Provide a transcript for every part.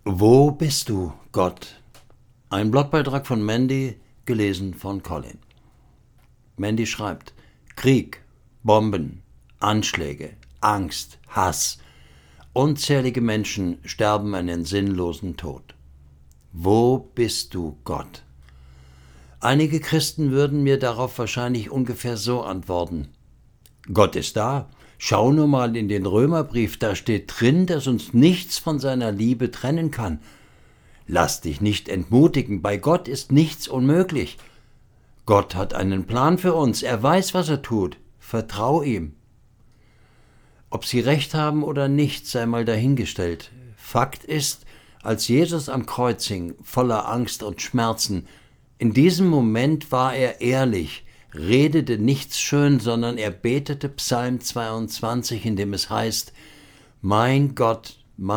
Wo bist du, Gott? Ein Blogbeitrag von Mandy, gelesen von Colin. Mandy schreibt: Krieg, Bomben, Anschläge, Angst, Hass. Unzählige Menschen sterben einen sinnlosen Tod. Wo bist du, Gott? Einige Christen würden mir darauf wahrscheinlich ungefähr so antworten: Gott ist da. Schau nur mal in den Römerbrief, da steht drin, dass uns nichts von seiner Liebe trennen kann. Lass dich nicht entmutigen, bei Gott ist nichts unmöglich. Gott hat einen Plan für uns, er weiß, was er tut. Vertrau ihm. Ob sie recht haben oder nicht, sei mal dahingestellt. Fakt ist, als Jesus am Kreuz hing, voller Angst und Schmerzen, in diesem Moment war er ehrlich, redete nichts schön, sondern er betete Psalm 22, in dem es heißt: mein Gott,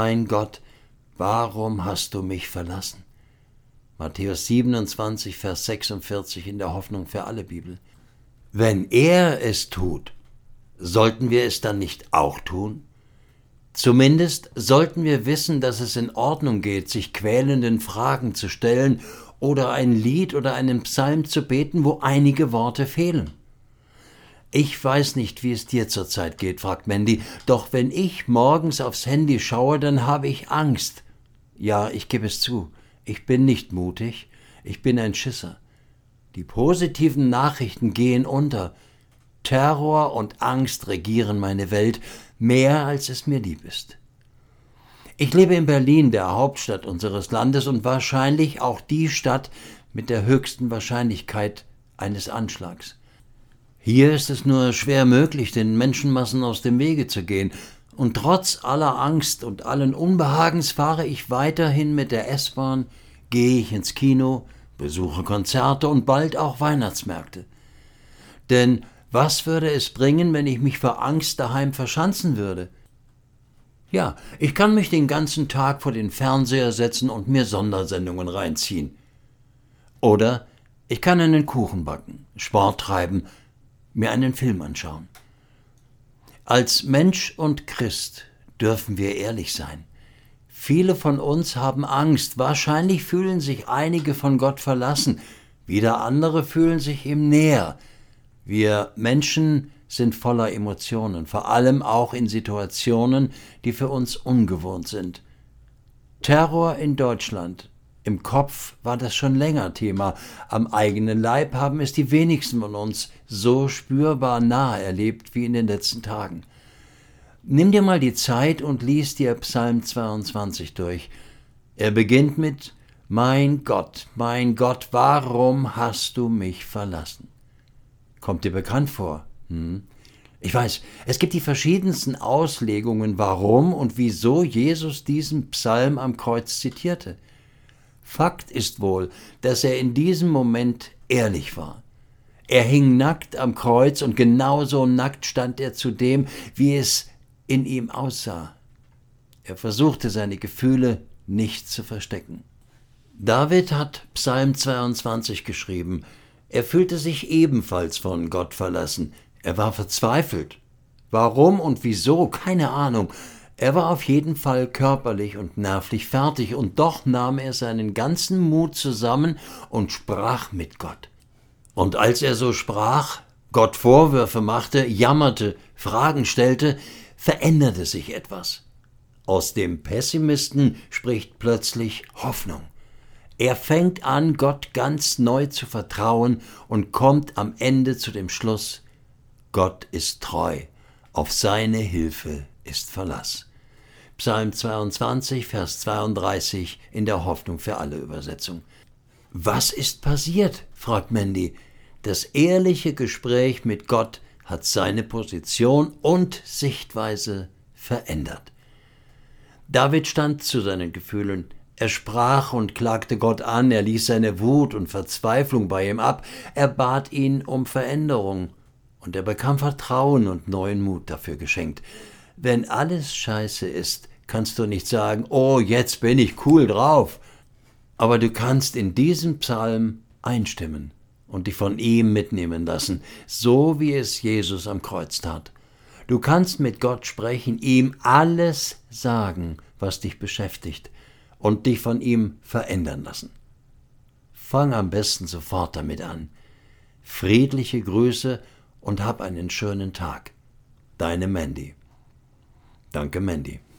warum hast du mich verlassen? Matthäus 27, Vers 46 in der Hoffnung für alle Bibel. Wenn er es tut, sollten wir es dann nicht auch tun? Zumindest sollten wir wissen, dass es in Ordnung geht, sich quälenden Fragen zu stellen oder ein Lied oder einen Psalm zu beten, wo einige Worte fehlen. Ich weiß nicht, wie es dir zurzeit geht, fragt Mandy, doch wenn ich morgens aufs Handy schaue, dann habe ich Angst. Ja, ich gebe es zu, ich bin nicht mutig, ich bin ein Schisser. Die positiven Nachrichten gehen unter. Terror und Angst regieren meine Welt, mehr als es mir lieb ist. Ich lebe in Berlin, der Hauptstadt unseres Landes und wahrscheinlich auch die Stadt mit der höchsten Wahrscheinlichkeit eines Anschlags. Hier ist es nur schwer möglich, den Menschenmassen aus dem Wege zu gehen. Und trotz aller Angst und allen Unbehagens fahre ich weiterhin mit der S-Bahn, gehe ich ins Kino, besuche Konzerte und bald auch Weihnachtsmärkte. Denn was würde es bringen, wenn ich mich vor Angst daheim verschanzen würde? Ja, ich kann mich den ganzen Tag vor den Fernseher setzen und mir Sondersendungen reinziehen. Oder ich kann einen Kuchen backen, Sport treiben, mir einen Film anschauen. Als Mensch und Christ dürfen wir ehrlich sein. Viele von uns haben Angst, wahrscheinlich fühlen sich einige von Gott verlassen, wieder andere fühlen sich ihm näher. Wir Menschen sind voller Emotionen, vor allem auch in Situationen, die für uns ungewohnt sind. Terror in Deutschland. Im Kopf war das schon länger Thema. Am eigenen Leib haben es die wenigsten von uns so spürbar nahe erlebt wie in den letzten Tagen. Nimm dir mal die Zeit und lies dir Psalm 22 durch. Er beginnt mit: mein Gott, warum hast du mich verlassen? Kommt dir bekannt vor? Ich weiß, es gibt die verschiedensten Auslegungen, warum und wieso Jesus diesen Psalm am Kreuz zitierte. Fakt ist wohl, dass er in diesem Moment ehrlich war. Er hing nackt am Kreuz und genauso nackt stand er zu dem, wie es in ihm aussah. Er versuchte seine Gefühle nicht zu verstecken. David hat Psalm 22 geschrieben. Er fühlte sich ebenfalls von Gott verlassen. Er war verzweifelt. Warum und wieso? Keine Ahnung. Er war auf jeden Fall körperlich und nervlich fertig, und doch nahm er seinen ganzen Mut zusammen und sprach mit Gott. Und als er so sprach, Gott Vorwürfe machte, jammerte, Fragen stellte, veränderte sich etwas. Aus dem Pessimisten spricht plötzlich Hoffnung. Er fängt an, Gott ganz neu zu vertrauen und kommt am Ende zu dem Schluss: Gott ist treu, auf seine Hilfe ist Verlass. Psalm 22, Vers 32 in der Hoffnung für alle Übersetzung. Was ist passiert? Fragt Mandy. Das ehrliche Gespräch mit Gott hat seine Position und Sichtweise verändert. David stand zu seinen Gefühlen. Er sprach und klagte Gott an, er ließ seine Wut und Verzweiflung bei ihm ab, er bat ihn um Veränderung und er bekam Vertrauen und neuen Mut dafür geschenkt. Wenn alles scheiße ist, kannst du nicht sagen: oh, jetzt bin ich cool drauf. Aber du kannst in diesem Psalm einstimmen und dich von ihm mitnehmen lassen, so wie es Jesus am Kreuz tat. Du kannst mit Gott sprechen, ihm alles sagen, was dich beschäftigt. und dich von ihm verändern lassen. Fang am besten sofort damit an. Friedliche Grüße und hab einen schönen Tag. Deine Mandy. Danke, Mandy.